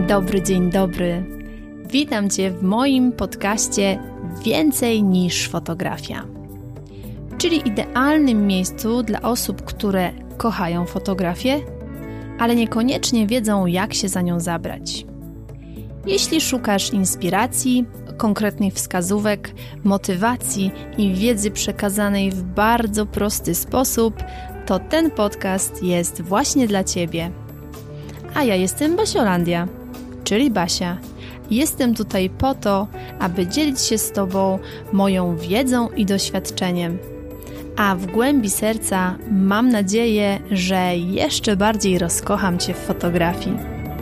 Dzień dobry. Witam Cię w moim podcaście Więcej niż fotografia, czyli idealnym miejscu dla osób, które kochają fotografię, ale niekoniecznie wiedzą, jak się za nią zabrać. Jeśli szukasz inspiracji, konkretnych wskazówek, motywacji i wiedzy przekazanej w bardzo prosty sposób, to ten podcast jest właśnie dla Ciebie. A ja jestem Basiolandia, czyli Basia. Jestem tutaj po to, aby dzielić się z Tobą moją wiedzą i doświadczeniem. A w głębi serca mam nadzieję, że jeszcze bardziej rozkocham Cię w fotografii.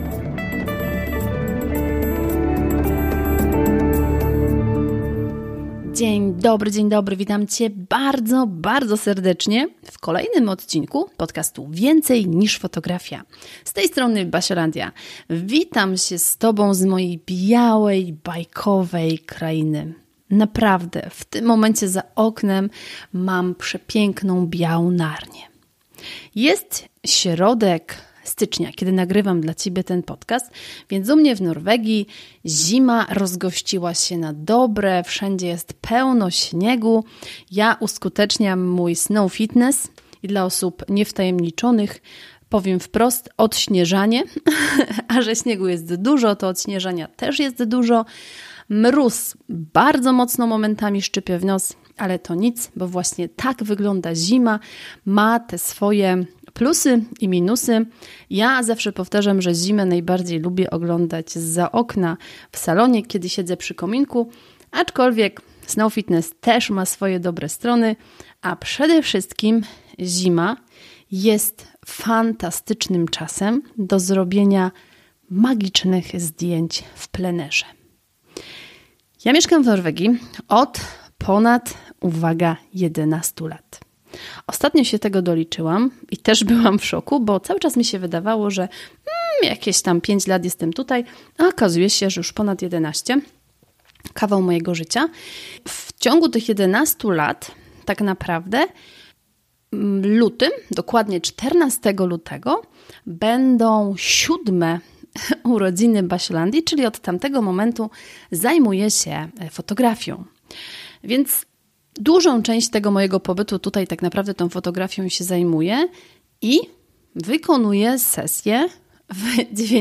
Dzień dobry, witam Cię bardzo serdecznie w kolejnym odcinku podcastu Więcej niż fotografia. Z tej strony Basiolandia. Witam się z Tobą z mojej białej, bajkowej krainy. Naprawdę, w tym momencie za oknem mam przepiękną białą Narnię. Jest środek stycznia, kiedy nagrywam dla Ciebie ten podcast, więc u mnie w Norwegii zima rozgościła się na dobre, wszędzie jest pełno śniegu. Ja uskuteczniam mój snow fitness i dla osób niewtajemniczonych powiem wprost, odśnieżanie, a że śniegu jest dużo, to odśnieżania też jest dużo. Mróz bardzo mocno momentami szczypie w nos, ale to nic, bo właśnie tak wygląda zima, ma te swoje plusy i minusy. Ja zawsze powtarzam, że zimę najbardziej lubię oglądać zza okna w salonie, kiedy siedzę przy kominku, aczkolwiek snow fitness też ma swoje dobre strony, a przede wszystkim zima jest fantastycznym czasem do zrobienia magicznych zdjęć w plenerze. Ja mieszkam w Norwegii od ponad, uwaga, 11 lat. Ostatnio się tego doliczyłam i też byłam w szoku, bo cały czas mi się wydawało, że jakieś tam 5 lat jestem tutaj, a okazuje się, że już ponad 11. Kawał mojego życia. W ciągu tych 11 lat tak naprawdę lutym, dokładnie 14 lutego, będą 7 urodziny Basiolandii, czyli od tamtego momentu zajmuję się fotografią. Więc dużą część tego mojego pobytu tutaj tak naprawdę tą fotografią się zajmuję i wykonuję sesje w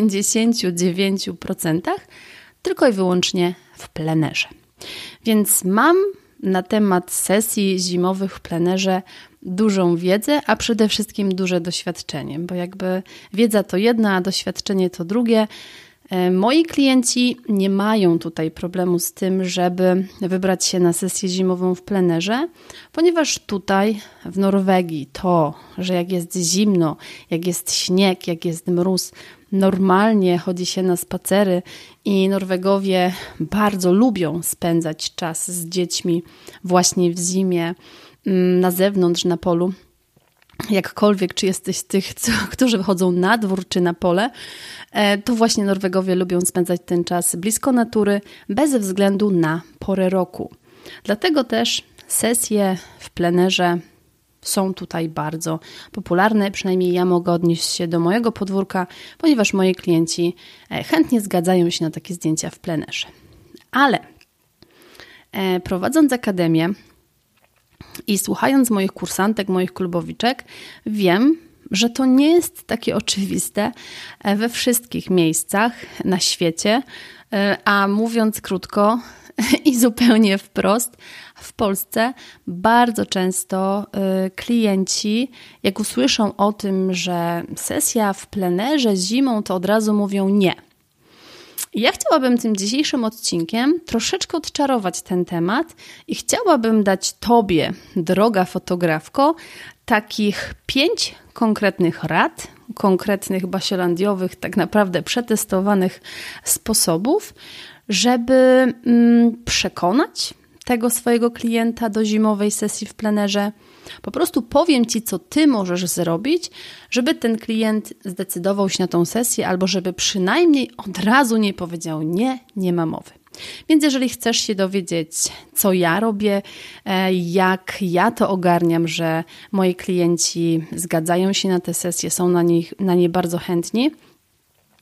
99% tylko i wyłącznie w plenerze. Więc mam na temat sesji zimowych w plenerze dużą wiedzę, a przede wszystkim duże doświadczenie, bo jakby wiedza to jedno, a doświadczenie to drugie. Moi klienci nie mają tutaj problemu z tym, żeby wybrać się na sesję zimową w plenerze, ponieważ tutaj w Norwegii to, że jak jest zimno, jak jest śnieg, jak jest mróz, normalnie chodzi się na spacery i Norwegowie bardzo lubią spędzać czas z dziećmi właśnie w zimie na zewnątrz, na polu. Jakkolwiek, czy jesteś z tych, którzy wychodzą na dwór czy na pole, to właśnie Norwegowie lubią spędzać ten czas blisko natury, bez względu na porę roku. Dlatego też sesje w plenerze są tutaj bardzo popularne, przynajmniej ja mogę odnieść się do mojego podwórka, ponieważ moi klienci chętnie zgadzają się na takie zdjęcia w plenerze. Ale prowadząc akademię i słuchając moich kursantek, moich klubowiczek, wiem, że to nie jest takie oczywiste we wszystkich miejscach na świecie, a mówiąc krótko i zupełnie wprost, w Polsce bardzo często klienci, jak usłyszą o tym, że sesja w plenerze zimą, to od razu mówią nie. Ja chciałabym tym dzisiejszym odcinkiem troszeczkę odczarować ten temat i chciałabym dać Tobie, droga fotografko, takich 5 konkretnych rad, konkretnych basiolandiowych, tak naprawdę przetestowanych sposobów, żeby przekonać tego swojego klienta do zimowej sesji w plenerze. Po prostu powiem Ci, co Ty możesz zrobić, żeby ten klient zdecydował się na tą sesję albo żeby przynajmniej od razu nie powiedział nie, nie ma mowy. Więc jeżeli chcesz się dowiedzieć, co ja robię, jak ja to ogarniam, że moi klienci zgadzają się na te sesje, są na nie bardzo chętni,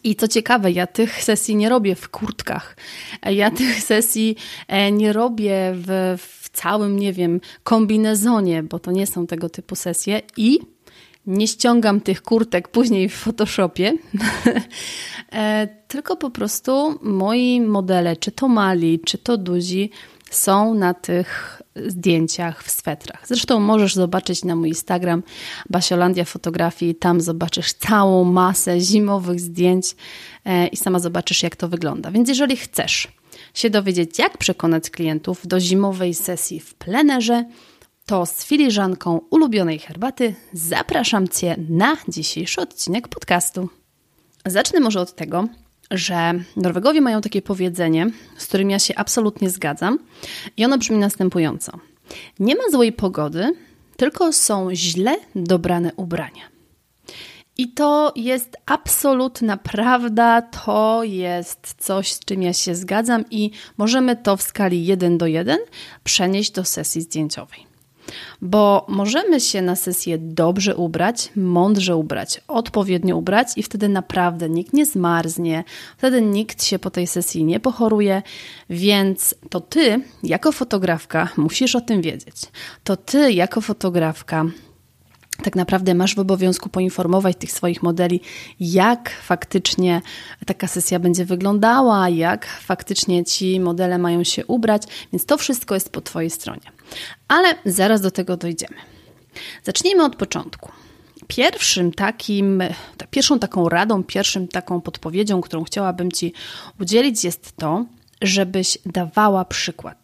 I co ciekawe, ja tych sesji nie robię w kurtkach. Ja tych sesji nie robię w całym, nie wiem, kombinezonie, bo to nie są tego typu sesje i nie ściągam tych kurtek później w Photoshopie, tylko po prostu moi modele, czy to mali, czy to duzi, są na tych zdjęciach w swetrach. Zresztą możesz zobaczyć na mój Instagram Basiolandia Fotografii, tam zobaczysz całą masę zimowych zdjęć i sama zobaczysz, jak to wygląda. Więc jeżeli chcesz się dowiedzieć, jak przekonać klientów do zimowej sesji w plenerze, to z filiżanką ulubionej herbaty zapraszam Cię na dzisiejszy odcinek podcastu. Zacznę może od tego, że Norwegowie mają takie powiedzenie, z którym ja się absolutnie zgadzam i ono brzmi następująco. Nie ma złej pogody, tylko są źle dobrane ubrania. I to jest absolutna prawda, to jest coś, z czym ja się zgadzam i możemy to w skali 1:1 przenieść do sesji zdjęciowej. Bo możemy się na sesję dobrze ubrać, mądrze ubrać, odpowiednio ubrać i wtedy naprawdę nikt nie zmarznie, wtedy nikt się po tej sesji nie pochoruje, więc to Ty jako fotografka musisz o tym wiedzieć. To Ty jako fotografka tak naprawdę masz w obowiązku poinformować tych swoich modeli, jak faktycznie taka sesja będzie wyglądała, jak faktycznie ci modele mają się ubrać, więc to wszystko jest po Twojej stronie. Ale zaraz do tego dojdziemy. Zacznijmy od początku. Pierwszą taką radą, pierwszą taką podpowiedzią, którą chciałabym Ci udzielić, jest to, żebyś dawała przykład.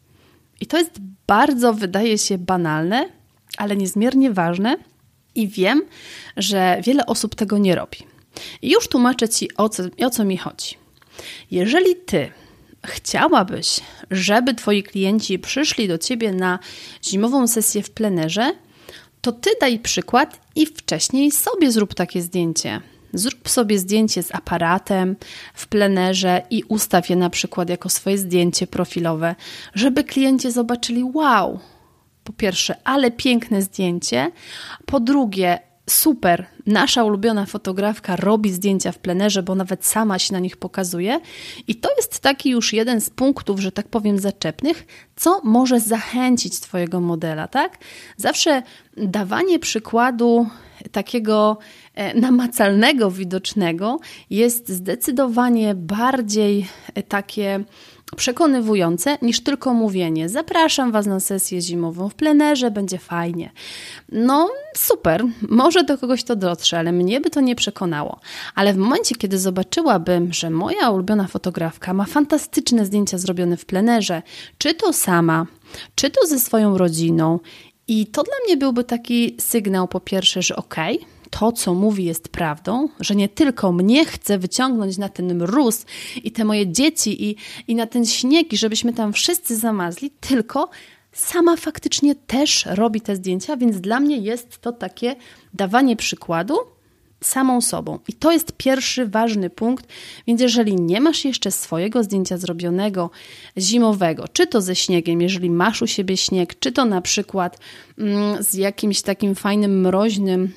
I to jest bardzo, wydaje się, banalne, ale niezmiernie ważne i wiem, że wiele osób tego nie robi. I już tłumaczę Ci, o co mi chodzi. Jeżeli Ty chciałabyś, żeby Twoi klienci przyszli do Ciebie na zimową sesję w plenerze, to Ty daj przykład i wcześniej sobie zrób takie zdjęcie. Zrób sobie zdjęcie z aparatem w plenerze i ustaw je na przykład jako swoje zdjęcie profilowe, żeby klienci zobaczyli, wow, po pierwsze, ale piękne zdjęcie, po drugie, super, nasza ulubiona fotografka robi zdjęcia w plenerze, bo nawet sama się na nich pokazuje i to jest taki już jeden z punktów, że tak powiem, zaczepnych, co może zachęcić Twojego modela, tak? Zawsze dawanie przykładu takiego namacalnego, widocznego jest zdecydowanie bardziej takie przekonywujące niż tylko mówienie. Zapraszam Was na sesję zimową w plenerze, będzie fajnie. No super, może do kogoś to dotrze, ale mnie by to nie przekonało. Ale w momencie, kiedy zobaczyłabym, że moja ulubiona fotografka ma fantastyczne zdjęcia zrobione w plenerze, czy to sama, czy to ze swoją rodziną i to dla mnie byłby taki sygnał po pierwsze, że okej, to, co mówi, jest prawdą, że nie tylko mnie chce wyciągnąć na ten mróz i te moje dzieci i na ten śnieg, i żebyśmy tam wszyscy zamazli, tylko sama faktycznie też robi te zdjęcia, więc dla mnie jest to takie dawanie przykładu samą sobą. I to jest pierwszy ważny punkt, więc jeżeli nie masz jeszcze swojego zdjęcia zrobionego zimowego, czy to ze śniegiem, jeżeli masz u siebie śnieg, czy to na przykład z jakimś takim fajnym, mroźnym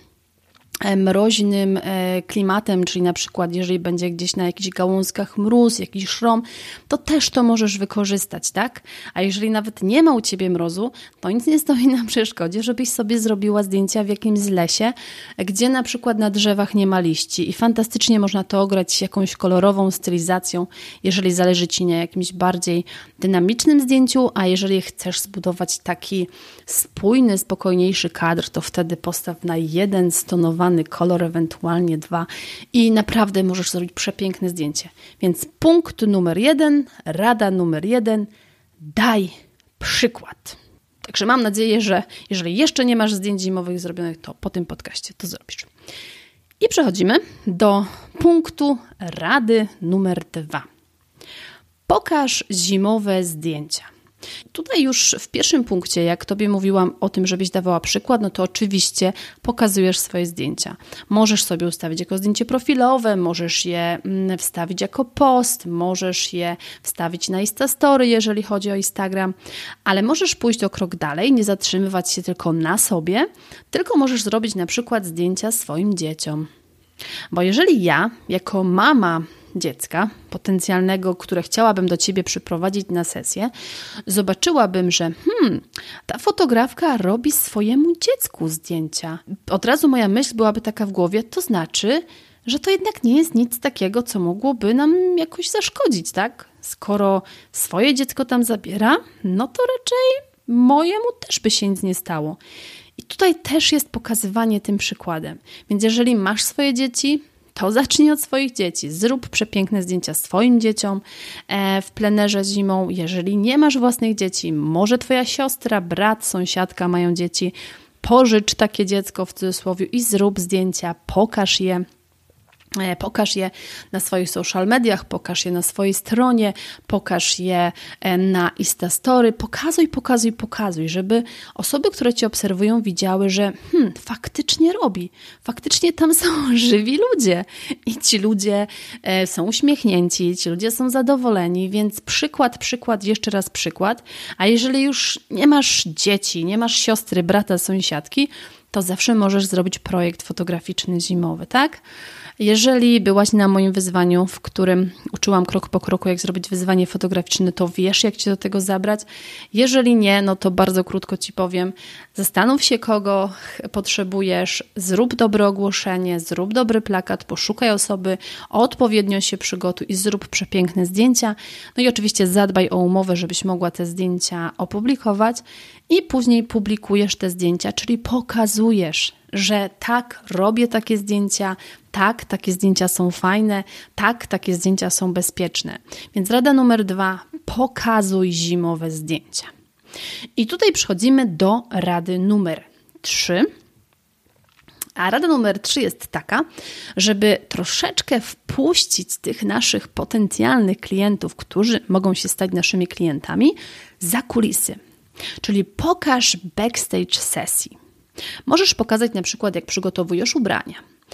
klimatem, czyli na przykład jeżeli będzie gdzieś na jakichś gałązkach mróz, jakiś szrom, to też to możesz wykorzystać, tak? A jeżeli nawet nie ma u Ciebie mrozu, to nic nie stoi na przeszkodzie, żebyś sobie zrobiła zdjęcia w jakimś lesie, gdzie na przykład na drzewach nie ma liści i fantastycznie można to ograć jakąś kolorową stylizacją, jeżeli zależy Ci na jakimś bardziej dynamicznym zdjęciu, a jeżeli chcesz zbudować taki spójny, spokojniejszy kadr, to wtedy postaw na jeden stonowany kolor, ewentualnie 2 i naprawdę możesz zrobić przepiękne zdjęcie. Więc punkt numer 1, rada numer 1, daj przykład. Także mam nadzieję, że jeżeli jeszcze nie masz zdjęć zimowych zrobionych, to po tym podcaście to zrobisz. I przechodzimy do punktu rady numer 2. Pokaż zimowe zdjęcia. Tutaj już w pierwszym punkcie, jak Tobie mówiłam o tym, żebyś dawała przykład, no to oczywiście pokazujesz swoje zdjęcia. Możesz sobie ustawić jako zdjęcie profilowe, możesz je wstawić jako post, możesz je wstawić na Instastory, jeżeli chodzi o Instagram, ale możesz pójść o krok dalej, nie zatrzymywać się tylko na sobie, tylko możesz zrobić na przykład zdjęcia swoim dzieciom. Bo jeżeli ja, jako mama dziecka potencjalnego, które chciałabym do Ciebie przyprowadzić na sesję, zobaczyłabym, że ta fotografka robi swojemu dziecku zdjęcia. Od razu moja myśl byłaby taka w głowie, to znaczy, że to jednak nie jest nic takiego, co mogłoby nam jakoś zaszkodzić, tak? Skoro swoje dziecko tam zabiera, no to raczej mojemu też by się nic nie stało. I tutaj też jest pokazywanie tym przykładem. Więc jeżeli masz swoje dzieci, to zacznij od swoich dzieci. Zrób przepiękne zdjęcia swoim dzieciom w plenerze zimą. Jeżeli nie masz własnych dzieci, może twoja siostra, brat, sąsiadka mają dzieci, pożycz takie dziecko w cudzysłowie i zrób zdjęcia, pokaż je na swoich social mediach, pokaż je na swojej stronie, pokaż je na Instastory, pokazuj, żeby osoby, które Cię obserwują, widziały, że faktycznie robi, faktycznie tam są żywi ludzie i ci ludzie są uśmiechnięci, ci ludzie są zadowoleni, więc przykład, jeszcze raz przykład, a jeżeli już nie masz dzieci, nie masz siostry, brata, sąsiadki, to zawsze możesz zrobić projekt fotograficzny zimowy, tak? Jeżeli byłaś na moim wyzwaniu, w którym uczyłam krok po kroku, jak zrobić wyzwanie fotograficzne, to wiesz, jak Cię do tego zabrać. Jeżeli nie, no to bardzo krótko Ci powiem, zastanów się, kogo potrzebujesz, zrób dobre ogłoszenie, zrób dobry plakat, poszukaj osoby, odpowiednio się przygotuj i zrób przepiękne zdjęcia. No i oczywiście zadbaj o umowę, żebyś mogła te zdjęcia opublikować i później publikujesz te zdjęcia, czyli pokazujesz, że tak, robię takie zdjęcia, tak, takie zdjęcia są fajne, tak, takie zdjęcia są bezpieczne. Więc rada numer 2, pokazuj zimowe zdjęcia. I tutaj przechodzimy do rady numer 3. A rada numer 3 jest taka, żeby troszeczkę wpuścić tych naszych potencjalnych klientów, którzy mogą się stać naszymi klientami, za kulisy. Czyli pokaż backstage sesji. Możesz pokazać na przykład, jak przygotowujesz ubrania,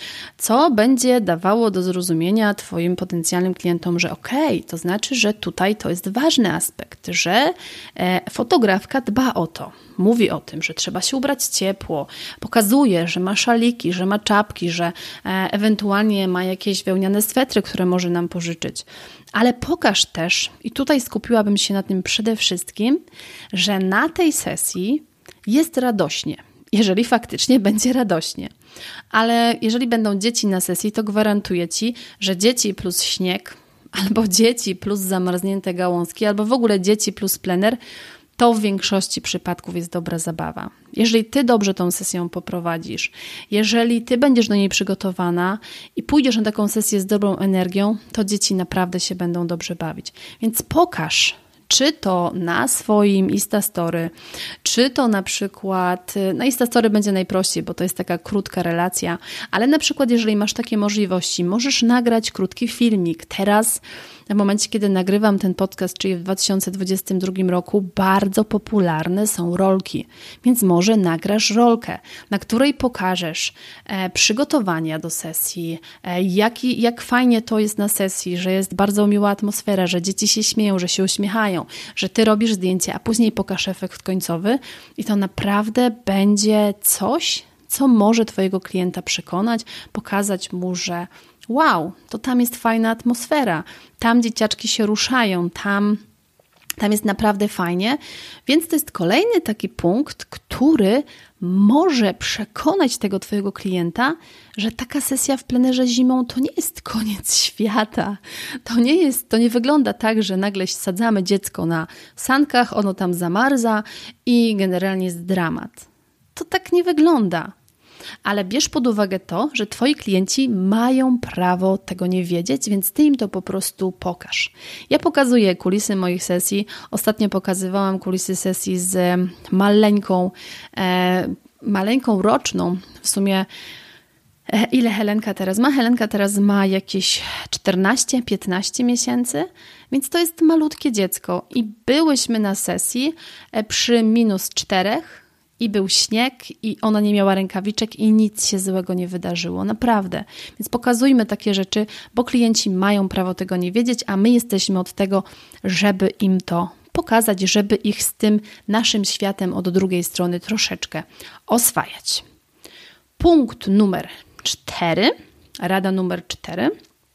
co będzie dawało do zrozumienia Twoim potencjalnym klientom, że to znaczy, że tutaj to jest ważny aspekt, że fotografka dba o to, mówi o tym, że trzeba się ubrać ciepło, pokazuje, że ma szaliki, że ma czapki, że ewentualnie ma jakieś wełniane swetry, które może nam pożyczyć. Ale pokaż też, i tutaj skupiłabym się na tym przede wszystkim, że na tej sesji jest radośnie. Jeżeli faktycznie będzie radośnie. Ale jeżeli będą dzieci na sesji, to gwarantuję Ci, że dzieci plus śnieg, albo dzieci plus zamarznięte gałązki, albo w ogóle dzieci plus plener, to w większości przypadków jest dobra zabawa. Jeżeli Ty dobrze tą sesję poprowadzisz, jeżeli Ty będziesz do niej przygotowana i pójdziesz na taką sesję z dobrą energią, to dzieci naprawdę się będą dobrze bawić. Więc pokaż, czy to na swoim Instastory, czy to na przykład, na Instastory będzie najprościej, bo to jest taka krótka relacja, ale na przykład jeżeli masz takie możliwości, możesz nagrać krótki filmik. Teraz, w momencie, kiedy nagrywam ten podcast, czyli w 2022 roku, bardzo popularne są rolki, więc może nagrasz rolkę, na której pokażesz przygotowania do sesji, jak fajnie to jest na sesji, że jest bardzo miła atmosfera, że dzieci się śmieją, że się uśmiechają, że Ty robisz zdjęcie, a później pokaż efekt końcowy i to naprawdę będzie coś, co może Twojego klienta przekonać, pokazać mu, że wow, to tam jest fajna atmosfera, tam dzieciaczki się ruszają, tam jest naprawdę fajnie, więc to jest kolejny taki punkt, który może przekonać tego Twojego klienta, że taka sesja w plenerze zimą to nie jest koniec świata. To nie wygląda tak, że nagle sadzamy dziecko na sankach, ono tam zamarza i generalnie jest dramat. To tak nie wygląda. Ale bierz pod uwagę to, że Twoi klienci mają prawo tego nie wiedzieć, więc Ty im to po prostu pokaż. Ja pokazuję kulisy moich sesji. Ostatnio pokazywałam kulisy sesji z maleńką roczną. W sumie ile Helenka teraz ma? Helenka teraz ma jakieś 14-15 miesięcy, więc to jest malutkie dziecko. I byłyśmy na sesji przy -4 i był śnieg i ona nie miała rękawiczek i nic się złego nie wydarzyło. Naprawdę. Więc pokazujmy takie rzeczy, bo klienci mają prawo tego nie wiedzieć, a my jesteśmy od tego, żeby im to pokazać, żeby ich z tym naszym światem od drugiej strony troszeczkę oswajać. Punkt numer 4 rada numer 4,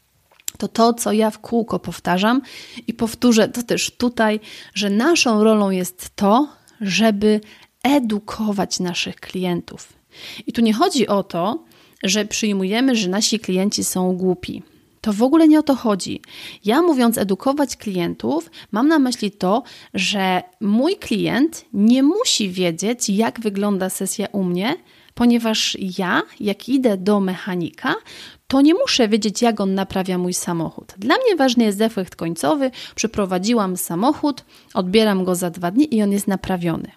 to, co ja w kółko powtarzam i powtórzę to też tutaj, że naszą rolą jest to, żeby edukować naszych klientów. I tu nie chodzi o to, że przyjmujemy, że nasi klienci są głupi. To w ogóle nie o to chodzi. Ja mówiąc edukować klientów, mam na myśli to, że mój klient nie musi wiedzieć, jak wygląda sesja u mnie, ponieważ ja, jak idę do mechanika, to nie muszę wiedzieć, jak on naprawia mój samochód. Dla mnie ważny jest efekt końcowy. Przyprowadziłam samochód, odbieram go za 2 dni i on jest naprawiony.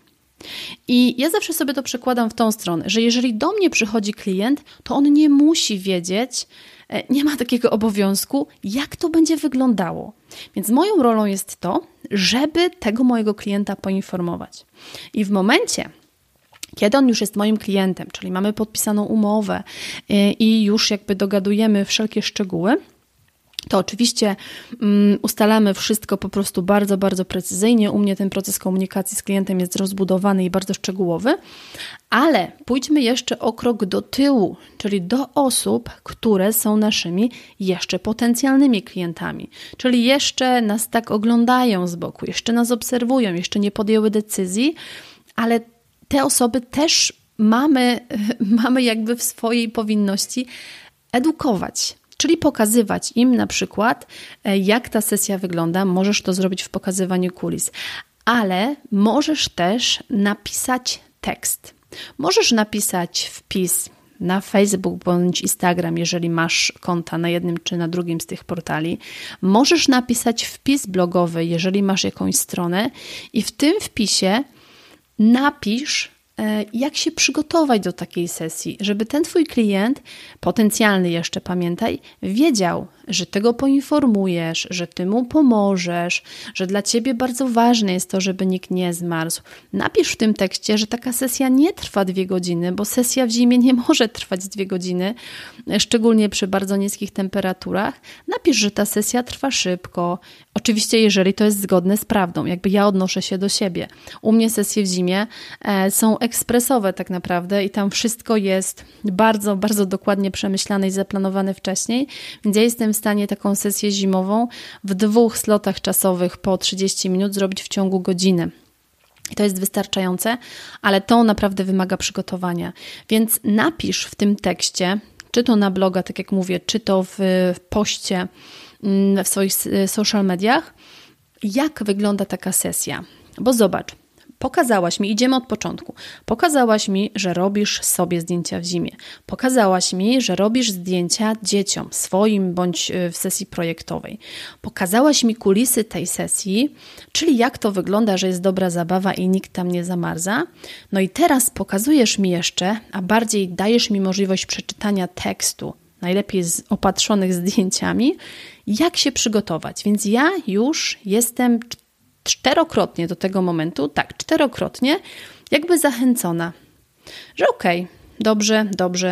I ja zawsze sobie to przekładam w tą stronę, że jeżeli do mnie przychodzi klient, to on nie musi wiedzieć, nie ma takiego obowiązku, jak to będzie wyglądało. Więc moją rolą jest to, żeby tego mojego klienta poinformować. I w momencie, kiedy on już jest moim klientem, czyli mamy podpisaną umowę i już jakby dogadujemy wszelkie szczegóły, to oczywiście ustalamy wszystko po prostu bardzo, bardzo precyzyjnie. U mnie ten proces komunikacji z klientem jest rozbudowany i bardzo szczegółowy, ale pójdźmy jeszcze o krok do tyłu, czyli do osób, które są naszymi jeszcze potencjalnymi klientami, czyli jeszcze nas tak oglądają z boku, jeszcze nas obserwują, jeszcze nie podjęły decyzji, ale te osoby też mamy jakby w swojej powinności edukować. Czyli pokazywać im na przykład, jak ta sesja wygląda. Możesz to zrobić w pokazywaniu kulis, ale możesz też napisać tekst. Możesz napisać wpis na Facebook bądź Instagram, jeżeli masz konta na jednym czy na drugim z tych portali. Możesz napisać wpis blogowy, jeżeli masz jakąś stronę i w tym wpisie napisz, jak się przygotować do takiej sesji, żeby ten Twój klient, potencjalny jeszcze pamiętaj, wiedział, że Ty go poinformujesz, że Ty mu pomożesz, że dla Ciebie bardzo ważne jest to, żeby nikt nie zmarzł. Napisz w tym tekście, że taka sesja nie trwa 2 godziny, bo sesja w zimie nie może trwać 2 godziny, szczególnie przy bardzo niskich temperaturach. Napisz, że ta sesja trwa szybko. Oczywiście, jeżeli to jest zgodne z prawdą, jakby ja odnoszę się do siebie. U mnie sesje w zimie są ekspresowe tak naprawdę i tam wszystko jest bardzo, bardzo dokładnie przemyślane i zaplanowane wcześniej, więc ja jestem w stanie taką sesję zimową w 2 slotach czasowych po 30 minut zrobić w ciągu godziny. I to jest wystarczające, ale to naprawdę wymaga przygotowania. Więc napisz w tym tekście, czy to na bloga, tak jak mówię, czy to w poście w swoich social mediach, jak wygląda taka sesja. Bo zobacz, pokazałaś mi, idziemy od początku, pokazałaś mi, że robisz sobie zdjęcia w zimie. Pokazałaś mi, że robisz zdjęcia dzieciom, swoim bądź w sesji projektowej. Pokazałaś mi kulisy tej sesji, czyli jak to wygląda, że jest dobra zabawa i nikt tam nie zamarza. No i teraz pokazujesz mi jeszcze, a bardziej dajesz mi możliwość przeczytania tekstu, najlepiej opatrzonych zdjęciami, jak się przygotować. Więc ja już jestem 4-krotnie do tego momentu, 4-krotnie jakby zachęcona, że okej, dobrze.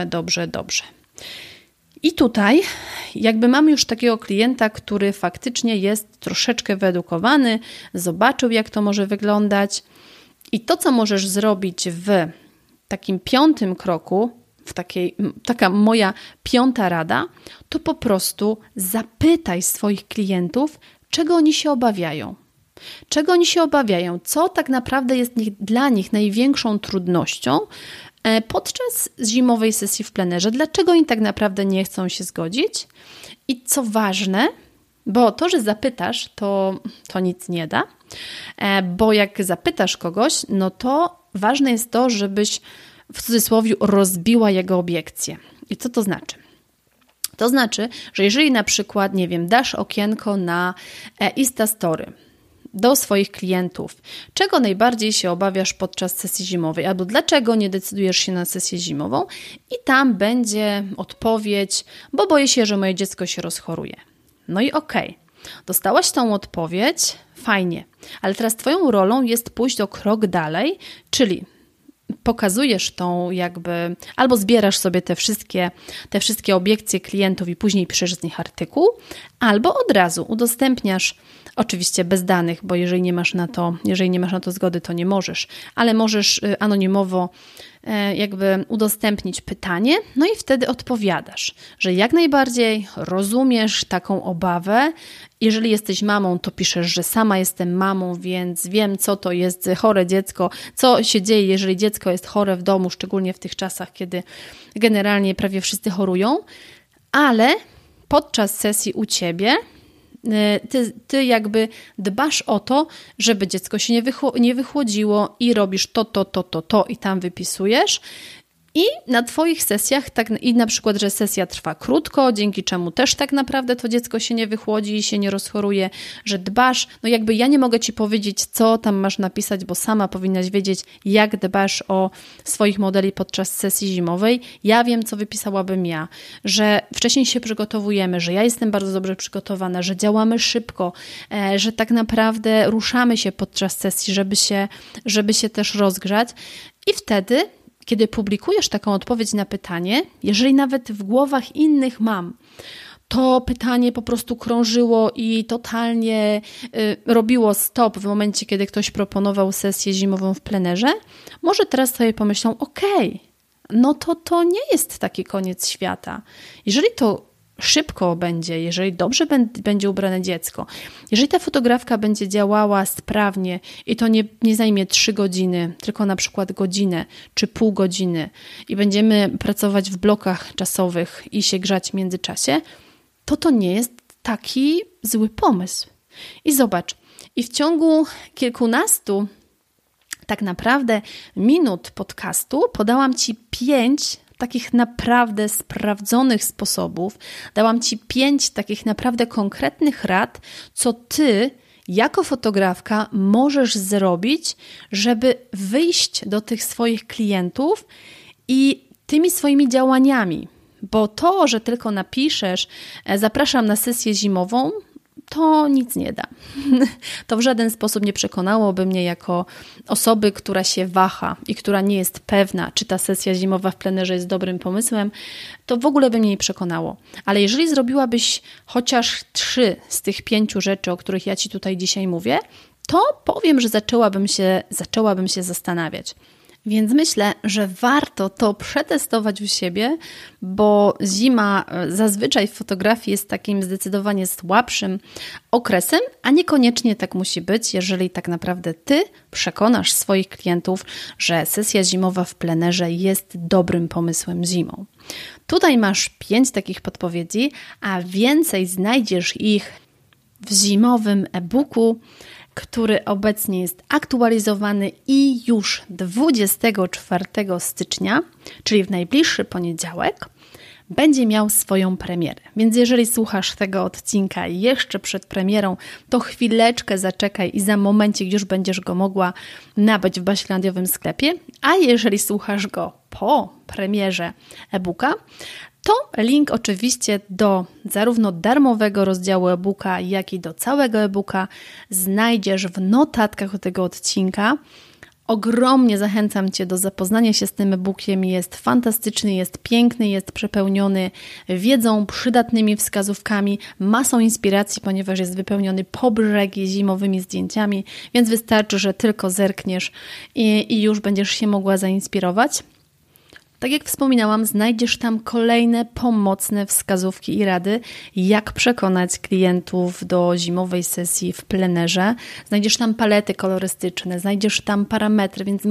I tutaj jakby mamy już takiego klienta, który faktycznie jest troszeczkę wyedukowany, zobaczył, jak to może wyglądać i to, co możesz zrobić w takim 5. kroku, taka moja 5. rada, to po prostu zapytaj swoich klientów, czego oni się obawiają. Czego oni się obawiają? Co tak naprawdę jest dla nich największą trudnością podczas zimowej sesji w plenerze? Dlaczego oni tak naprawdę nie chcą się zgodzić? I co ważne, bo to, że zapytasz, to nic nie da, bo jak zapytasz kogoś, no to ważne jest to, żebyś w cudzysłowie rozbiła jego obiekcje. I co to znaczy? To znaczy, że jeżeli na przykład, nie wiem, dasz okienko na Instastory do swoich klientów, czego najbardziej się obawiasz podczas sesji zimowej, albo dlaczego nie decydujesz się na sesję zimową i tam będzie odpowiedź, bo boję się, że moje dziecko się rozchoruje. No i okej, dostałaś tą odpowiedź, fajnie, ale teraz Twoją rolą jest pójść o krok dalej, czyli pokazujesz tą jakby, albo zbierasz sobie te wszystkie obiekcje klientów i później piszesz z nich artykuł, albo od razu udostępniasz Oczywiście bez danych, bo jeżeli nie masz na to zgody, to nie możesz, ale możesz anonimowo jakby udostępnić pytanie, no i wtedy odpowiadasz, że jak najbardziej rozumiesz taką obawę. Jeżeli jesteś mamą, to piszesz, że sama jestem mamą, więc wiem, co to jest chore dziecko, co się dzieje, jeżeli dziecko jest chore w domu, szczególnie w tych czasach, kiedy generalnie prawie wszyscy chorują, ale podczas sesji u Ciebie ty jakby dbasz o to, żeby dziecko się nie wychłodziło i robisz to i tam wypisujesz. I na Twoich sesjach, i na przykład, że sesja trwa krótko, dzięki czemu też tak naprawdę to dziecko się nie wychłodzi i się nie rozchoruje, że dbasz. No jakby ja nie mogę Ci powiedzieć, co tam masz napisać, bo sama powinnaś wiedzieć, jak dbasz o swoich modeli podczas sesji zimowej. Ja wiem, co wypisałabym ja, że wcześniej się przygotowujemy, że ja jestem bardzo dobrze przygotowana, że działamy szybko, że tak naprawdę ruszamy się podczas sesji, żeby się też rozgrzać. I wtedy, kiedy publikujesz taką odpowiedź na pytanie, jeżeli nawet w głowach innych mam, to pytanie po prostu krążyło i totalnie robiło stop w momencie, kiedy ktoś proponował sesję zimową w plenerze, może teraz sobie pomyślą, no to nie jest taki koniec świata. Jeżeli to szybko będzie, jeżeli dobrze będzie ubrane dziecko, jeżeli ta fotografka będzie działała sprawnie i to nie zajmie 3 godziny, tylko na przykład godzinę czy pół godziny i będziemy pracować w blokach czasowych i się grzać w międzyczasie, to nie jest taki zły pomysł. I zobacz, i w ciągu kilkunastu tak naprawdę minut podcastu podałam Ci 5 takich naprawdę sprawdzonych sposobów. Dałam Ci 5 takich naprawdę konkretnych rad, co Ty jako fotografka możesz zrobić, żeby wyjść do tych swoich klientów i tymi swoimi działaniami. Bo to, że tylko napiszesz, zapraszam na sesję zimową, to nic nie da. To w żaden sposób nie przekonałoby mnie jako osoby, która się waha i która nie jest pewna, czy ta sesja zimowa w plenerze jest dobrym pomysłem, to w ogóle by mnie nie przekonało. Ale jeżeli zrobiłabyś chociaż 3 z tych 5 rzeczy, o których ja Ci tutaj dzisiaj mówię, to powiem, że zaczęłabym się zastanawiać. Więc myślę, że warto to przetestować u siebie, bo zima zazwyczaj w fotografii jest takim zdecydowanie słabszym okresem, a niekoniecznie tak musi być, jeżeli tak naprawdę Ty przekonasz swoich klientów, że sesja zimowa w plenerze jest dobrym pomysłem zimą. Tutaj masz 5 takich podpowiedzi, a więcej znajdziesz ich w zimowym e-booku, który obecnie jest aktualizowany i już 24 stycznia, czyli w najbliższy poniedziałek, będzie miał swoją premierę. Więc jeżeli słuchasz tego odcinka jeszcze przed premierą, to chwileczkę zaczekaj i za momencik już będziesz go mogła nabyć w Basilandiowym sklepie, a jeżeli słuchasz go po premierze e-booka, to link oczywiście do zarówno darmowego rozdziału e-booka, jak i do całego e-booka znajdziesz w notatkach do tego odcinka. Ogromnie zachęcam Cię do zapoznania się z tym e-bookiem. Jest fantastyczny, jest piękny, jest przepełniony wiedzą, przydatnymi wskazówkami, masą inspiracji, ponieważ jest wypełniony po brzegi zimowymi zdjęciami, więc wystarczy, że tylko zerkniesz i już będziesz się mogła zainspirować. Tak jak wspominałam, znajdziesz tam kolejne pomocne wskazówki i rady, jak przekonać klientów do zimowej sesji w plenerze. Znajdziesz tam palety kolorystyczne, znajdziesz tam parametry, więc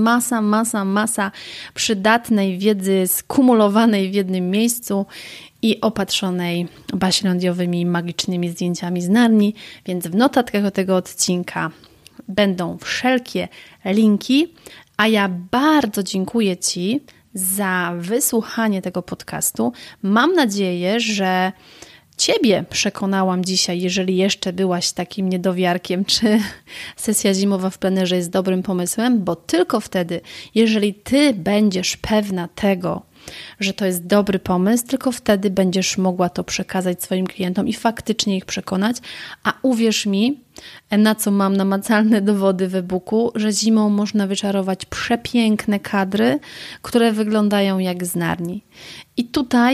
masa przydatnej wiedzy skumulowanej w jednym miejscu i opatrzonej basilandiowymi magicznymi zdjęciami z Narni. Więc w notatkach do tego odcinka będą wszelkie linki, a ja bardzo dziękuję Ci za wysłuchanie tego podcastu. Mam nadzieję, że Ciebie przekonałam dzisiaj, jeżeli jeszcze byłaś takim niedowiarkiem, czy sesja zimowa w plenerze jest dobrym pomysłem, bo tylko wtedy, jeżeli Ty będziesz pewna tego, że to jest dobry pomysł, tylko wtedy będziesz mogła to przekazać swoim klientom i faktycznie ich przekonać, a uwierz mi, na co mam namacalne dowody w e-booku, że zimą można wyczarować przepiękne kadry, które wyglądają jak z Narni. I tutaj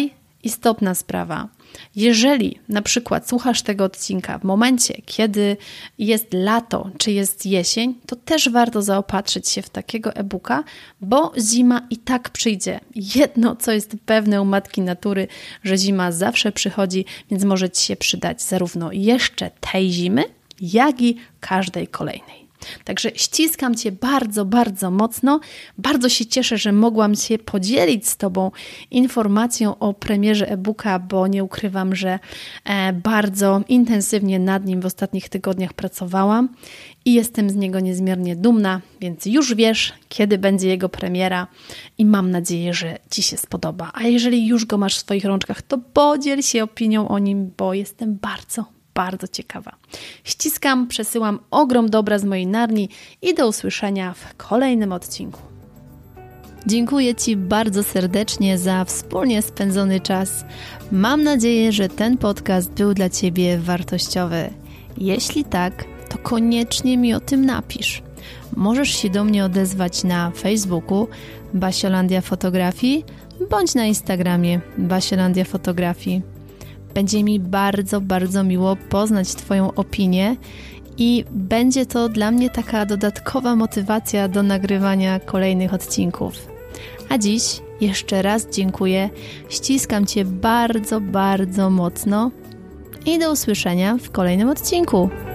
istotna sprawa. Jeżeli na przykład słuchasz tego odcinka w momencie, kiedy jest lato czy jest jesień, to też warto zaopatrzyć się w takiego e-booka, bo zima i tak przyjdzie. Jedno, co jest pewne u matki natury, że zima zawsze przychodzi, więc może Ci się przydać zarówno jeszcze tej zimy, jak i każdej kolejnej. Także ściskam Cię bardzo, bardzo mocno. Bardzo się cieszę, że mogłam się podzielić z Tobą informacją o premierze e-booka, bo nie ukrywam, że bardzo intensywnie nad nim w ostatnich tygodniach pracowałam i jestem z niego niezmiernie dumna, więc już wiesz, kiedy będzie jego premiera i mam nadzieję, że Ci się spodoba. A jeżeli już go masz w swoich rączkach, to podziel się opinią o nim, bo jestem bardzo ciekawa. Ściskam, przesyłam ogrom dobra z mojej narni i do usłyszenia w kolejnym odcinku. Dziękuję Ci bardzo serdecznie za wspólnie spędzony czas. Mam nadzieję, że ten podcast był dla Ciebie wartościowy. Jeśli tak, to koniecznie mi o tym napisz. Możesz się do mnie odezwać na Facebooku Basiolandia Fotografii bądź na Instagramie Basiolandia Fotografii. Będzie mi bardzo, bardzo miło poznać Twoją opinię i będzie to dla mnie taka dodatkowa motywacja do nagrywania kolejnych odcinków. A dziś jeszcze raz dziękuję, ściskam Cię bardzo, bardzo mocno i do usłyszenia w kolejnym odcinku.